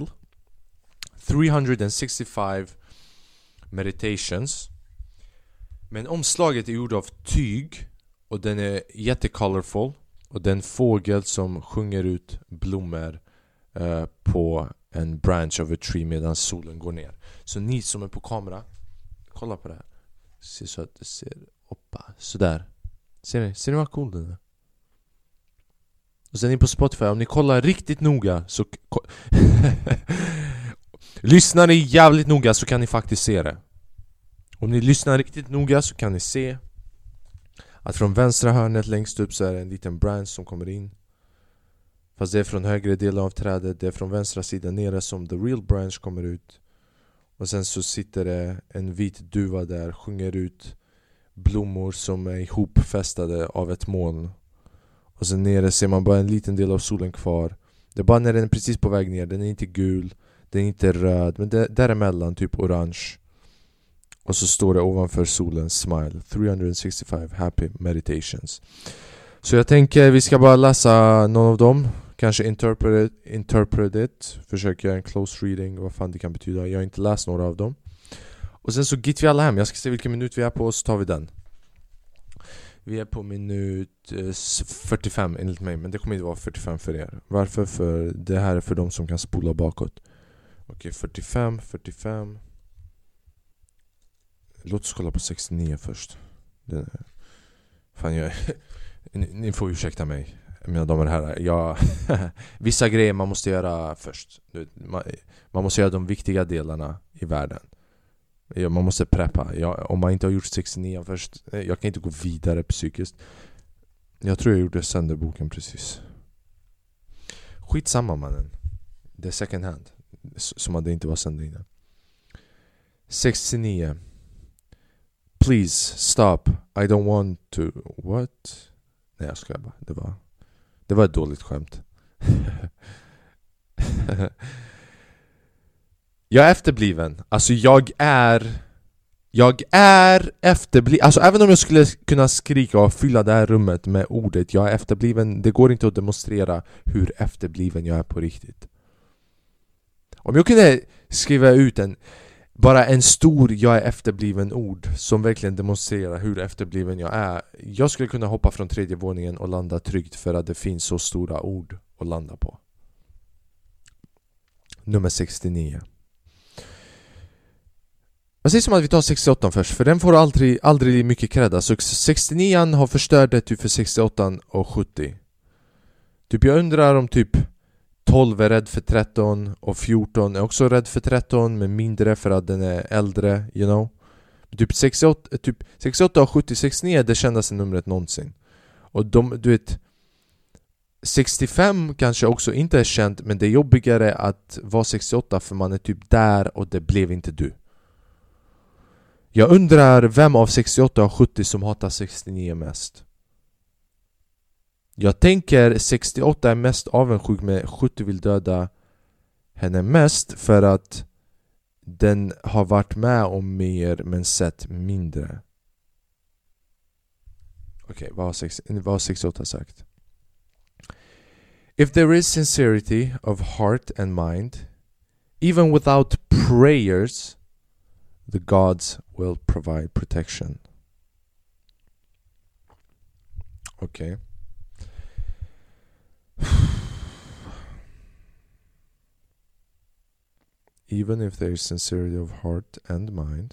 365 Meditations. Men omslaget är gjord av tyg och den är jättecolorful. Och det är en fågel som sjunger ut blommor på en branch of a tree medan solen går ner. Så ni som är på kamera, kolla på det här. Se så att det ser oppa, sådär. Ser ni vad cool den är? Och sen är ni på Spotify, om ni kollar riktigt noga så lyssnar ni jävligt noga så kan ni faktiskt se det. Om ni lyssnar riktigt noga så kan ni se att från vänstra hörnet längst upp så är det en liten branch som kommer in. Fast det är från högre delen av trädet. Det är från vänstra sidan nere som the real branch kommer ut. Och sen så sitter det en vit duva där, sjunger ut blommor som är ihopfästade av ett moln. Och sen nere ser man bara en liten del av solen kvar. Det är bara när den är precis på väg ner. Den är inte gul, den är inte röd, men däremellan typ orange. Och så står det ovanför solen Smile 365 Happy Meditations. Så jag tänker vi ska bara läsa någon av dem. Kanske interpret it. Försöka göra en close reading. Vad fan det kan betyda. Jag har inte läst några av dem. Och sen så gitt vi alla hem. Jag ska se vilken minut vi är på och så tar vi den. Vi är på minut 45 enligt mig. Men det kommer inte vara 45 för er. Varför? För det här är för de som kan spola bakåt. Okej, 45. Låt oss kolla på 69 först. Fan, ni får ursäkta mig, mina damer och herrar. Vissa grejer man måste göra först. Man måste göra de viktiga delarna i världen. Man måste preppa. Om man inte har gjort 69 först, jag kan inte gå vidare psykiskt. Jag tror jag gjorde sönder boken precis. skitsamma mannen. Det är second hand. Som att det inte var sönder innan. 69. Please stop. I don't want to... What? Nej, jag skojar bara. Det var ett dåligt skämt. Jag är efterbliven. Alltså jag är efterbliven. Alltså även om jag skulle kunna skrika och fylla det här rummet med ordet jag är efterbliven, det går inte att demonstrera hur efterbliven jag är på riktigt. Om jag kunde skriva ut bara en stor jag är efterbliven ord som verkligen demonstrerar hur efterbliven jag är, jag skulle kunna hoppa från 3:e våningen och landa tryggt för att det finns så stora ord att landa på. Nummer 69. Jag säger som att vi tar 68 först, för den får aldrig mycket credda. Så 69 har förstört det typ för 68 och 70. Typ jag undrar om typ 12 är rädd för 13 och 14 är också rädd för 13 men mindre för att den är äldre, you know. Typ 68 och 70, 69 är det kändaste numret någonsin. Och du vet, 65 kanske också inte är känt, men det är jobbigare att vara 68 för man är typ där och det blev inte du. Jag undrar vem av 68 och 70 som hatar 69 mest. Jag tänker 68 är mest avundsjuk, med 70 vill döda henne mest för att den har varit med om mer men sett mindre. Okej, vad har 68 sagt? If there is sincerity of heart and mind, even without prayers, the gods will provide protection. Okej. Even if there is sincerity of heart and mind,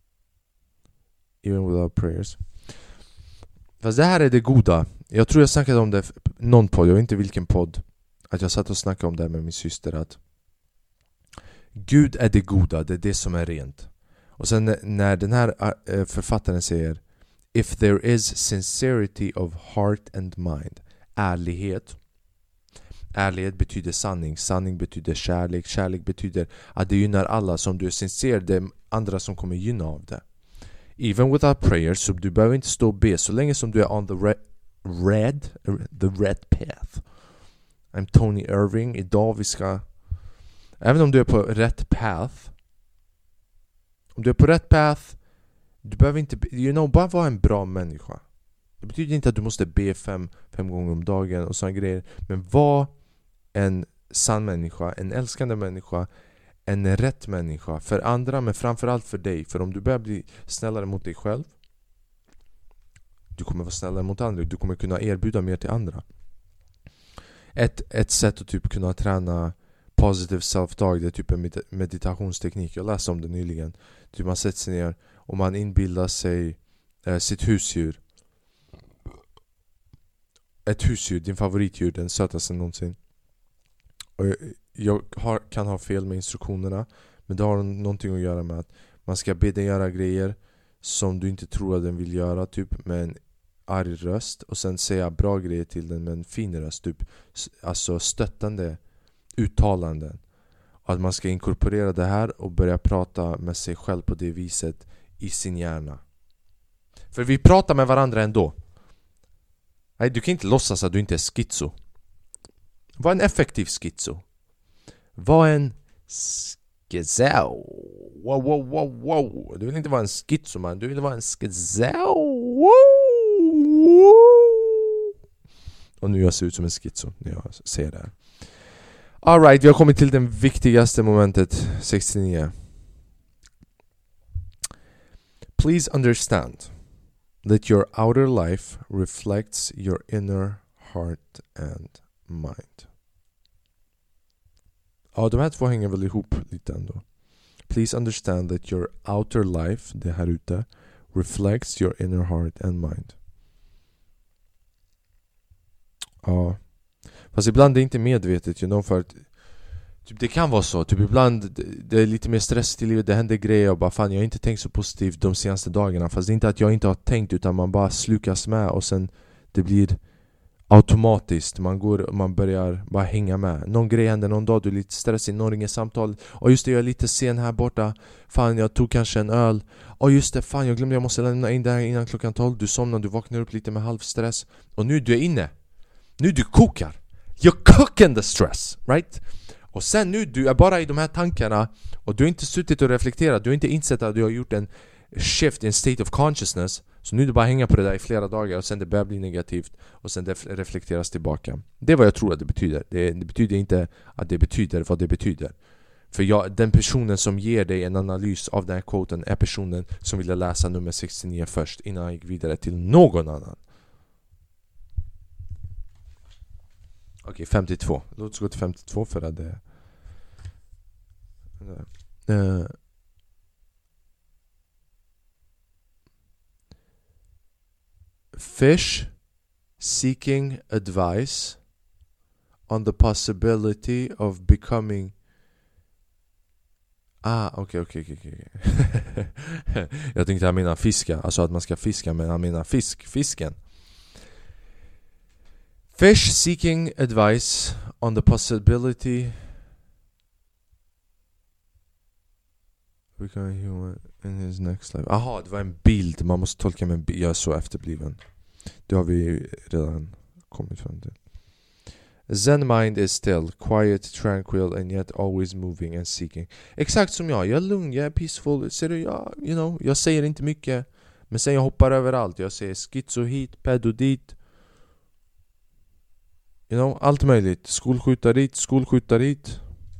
even without prayers. Fast det här är det goda. Jag tror jag snackade om det någon podd, jag vet inte vilken podd, att jag satt och snackade om det med min syster, att Gud är det goda, det är det som är rent. Och sen när den här författaren säger if there is sincerity of heart and mind, ärlighet betyder sanning, sanning betyder kärlek, kärlek betyder att det gynnar alla. Som du är sincere, det är andra som kommer gynna av det. Even without prayers, så du behöver inte stå och be så länge som du är on the red path. I'm Tony Irving. Idag vi ska, även om du är på rätt path, om du är på rätt path, du behöver inte, bara vara en bra människa. Det betyder inte att du måste be fem gånger om dagen och såna grejer, men var en sann människa, en älskande människa, en rätt människa för andra, men framförallt för dig. För om du börjar bli snällare mot dig själv, du kommer vara snällare mot andra, du kommer kunna erbjuda mer till andra. Ett sätt att typ kunna träna positive self-talk, det är typ en meditationsteknik. Jag läste om det nyligen. Typ man sätter sig ner och man inbillar sig sitt husdjur. Ett husdjur, din favoritdjur, den sötaste någonsin. Och jag kan ha fel med instruktionerna, men det har någonting att göra med att man ska be den göra grejer som du inte tror att den vill göra, typ med en arg röst, och sen säga bra grejer till den med en fin röst, typ, alltså stöttande uttalanden. Och att man ska inkorporera det här och börja prata med sig själv på det viset i sin hjärna. För vi pratar med varandra ändå. Nej, du kan inte låtsas att du inte är schizo. Var en effektiv schizo. Var en schizo. Wow. Du vill inte vara en schizo, man. Du vill vara en schizo. Och nu jag ser ut som en schizo när jag säger det här. All right, vi har kommit till det viktigaste momentet, 69. Please understand that your outer life reflects your inner heart and mind. Ja, de här två hänger väl ihop lite ändå. Please understand that your outer life, det här ute, reflects your inner heart and mind. Ja. Fast ibland är det inte medvetet, för att typ det kan vara så, typ ibland det är lite mer stress i livet, det händer grejer och bara fan, jag har inte tänkt så positivt de senaste dagarna. Fast det är inte att jag inte har tänkt, utan man bara slukas med och sen det blir automatiskt. Man börjar bara hänga med. Någon grej händer någon dag, du är lite stressig, någon ringer samtal. Och just det, jag är lite sen här borta. Fan, jag tog kanske en öl. Och just det, fan, jag glömde, jag måste lämna in där innan klockan 12. Du somnar, du vaknar upp lite med halvstress. Och nu du är inne. Nu du kokar. You're cooking the stress, right? Och sen nu, du är bara i de här tankarna. Och du har inte suttit och reflekterat. Du har inte insett att du har gjort en shift in state of consciousness. Så nu du bara hänger på det där i flera dagar. Och sen det börjar bli negativt. Och sen det reflekteras tillbaka. Det är vad jag tror att det betyder. Det betyder inte att det betyder vad det betyder. För den personen som ger dig en analys av den här quoten är personen som ville läsa nummer 69 först, innan han gick vidare till någon annan. Okej, 52. Låt oss gå till 52 för att det... Fish seeking advice on the possibility of becoming... okej. Jag tänkte han menar fiska. Alltså att man ska fiska, men han menar fisken. Fish seeking advice on the possibility becoming human in his next life. Aha, det var en bild. Man måste tolka med en bild. Jag är så efterbliven. Det har vi redan kommit fram till. Zen mind is still, quiet, tranquil and yet always moving and seeking. Exakt som jag är lugn, jag är peaceful. Ser du, jag säger inte mycket. Men sen jag hoppar överallt. Jag säger schizo hit, pedo dit. Allt möjligt. Skolskjutar dit.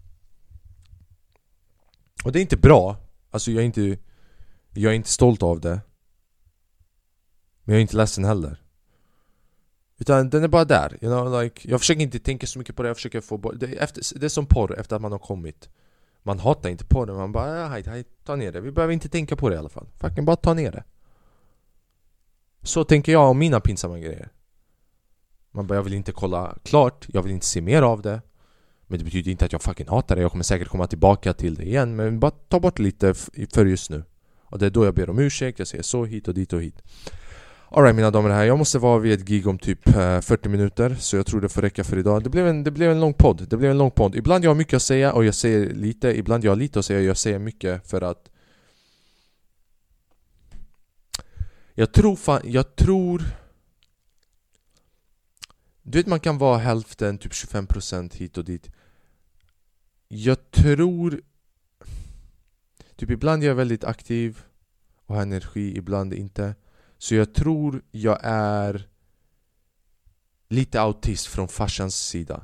Och det är inte bra. Alltså jag är inte stolt av det. Men jag är inte ledsen heller. Utan den är bara där. Jag försöker inte tänka så mycket på det. Jag försöker få bort det är som porr efter att man har kommit. Man hatar inte på det. Man bara, hej, ta ner det. Vi behöver inte tänka på det i alla fall. Fucking bara ta ner det. Så tänker jag om mina pinsamma grejer. Man bara, jag vill inte kolla klart. Jag vill inte se mer av det. Men det betyder inte att jag fucking hatar det. Jag kommer säkert komma tillbaka till det igen. Men bara ta bort lite för just nu. Och det är då jag ber om ursäkt. Jag säger så hit och dit och hit. Alright mina damer och herrar, jag måste vara vid ett gig om typ 40 minuter. Så jag tror det får räcka för idag. Det blev en lång podd. Ibland jag har mycket att säga och jag säger lite. Ibland jag har lite att säga och jag säger mycket. För att Jag tror du vet man kan vara hälften, typ 25% hit och dit. Jag tror typ ibland jag är väldigt aktiv och har energi, ibland inte. Så jag tror jag är lite autist från farsans sida.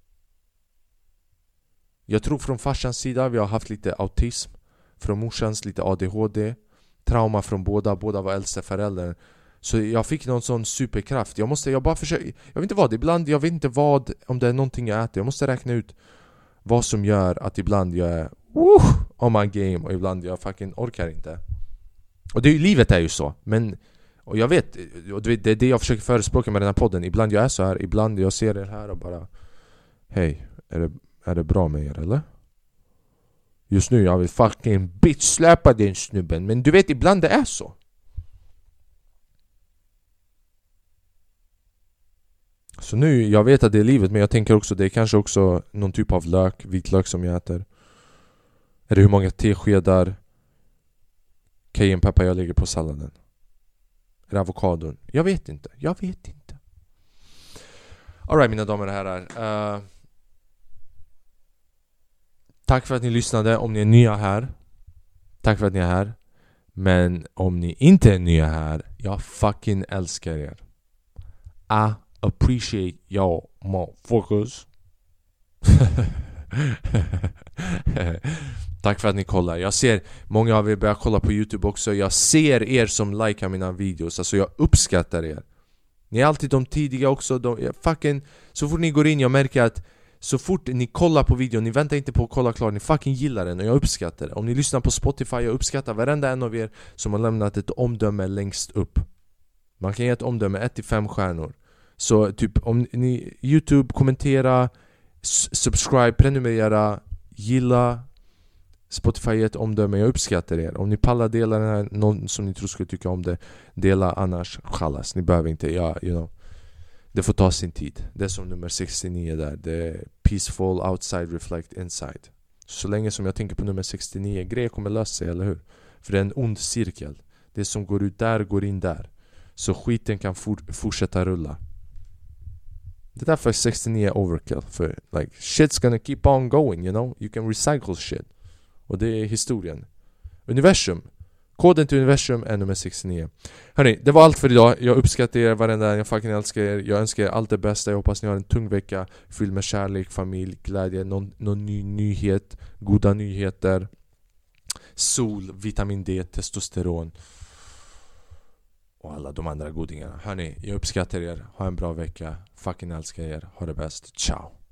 Jag tror från farsans sida vi har haft lite autism. Från morsans lite ADHD. Trauma från båda var äldste föräldrar. Så jag fick någon sån superkraft. Jag vet inte vad, ibland jag vet inte vad, om det är någonting jag äter. Jag måste räkna ut vad som gör att ibland jag är on my game och ibland jag fucking orkar inte. Och livet är ju så. Men, och jag vet, och det är det jag försöker förespråka med den här podden. Ibland jag är så här, ibland jag ser er här och bara hej, är det bra med er eller? Just nu jag vill fucking bitch-släpa den snubben. Men du vet, ibland det är så. Så nu, jag vet att det är livet. Men jag tänker också, det är kanske också någon typ av lök, vitlök som jag äter. Är det hur många teskedar cayenne-peppar jag lägger på salladen? Är det avokadon? Jag vet inte. Alright mina damer och herrar. Tack för att ni lyssnade. Om ni är nya här, tack för att ni är här. Men om ni inte är nya här, jag fucking älskar er. I appreciate y'all motherfuckers. Tack för att ni kollar. Jag ser många av er börjar kolla på YouTube också. Jag ser er som likar mina videos. Alltså jag uppskattar er. Ni är alltid de tidiga också. Så fort ni går in, jag märker att så fort ni kollar på videon, ni väntar inte på att kolla klart, ni fucking gillar den och jag uppskattar det. Om ni lyssnar på Spotify, jag uppskattar varenda en av er som har lämnat ett omdöme längst upp. Man kan ge ett omdöme 1-5 stjärnor. Så typ om ni YouTube, kommentera, subscribe, prenumerera, gilla, Spotify ett omdöme, jag uppskattar er. Om ni pallar dela den här, någon som ni tror skulle tycka om det, dela, annars chalas, ni behöver inte, Det får ta sin tid. Det är som nummer 69 där. Det är peaceful outside, reflect inside. Så länge som jag tänker på nummer 69, grejer kommer lösa sig, eller hur? För det är en ond cirkel. Det som går ut där går in där. Så skiten kan fortsätta rulla. Det är därför 69 är overkill. För like, shit's gonna keep on going, you know? You can recycle shit. Och det är historien. Universum. Koden till universum är nummer 69. Hörrni, det var allt för idag. Jag uppskattar er varenda. Jag fucking älskar er. Jag önskar er allt det bästa. Jag hoppas ni har en tung vecka fylld med kärlek, familj, glädje, någon ny nyhet, goda nyheter, sol, vitamin D, testosteron och alla de andra godingarna. Hörni, jag uppskattar er. Ha en bra vecka. Fucking älskar er. Ha det bäst. Ciao.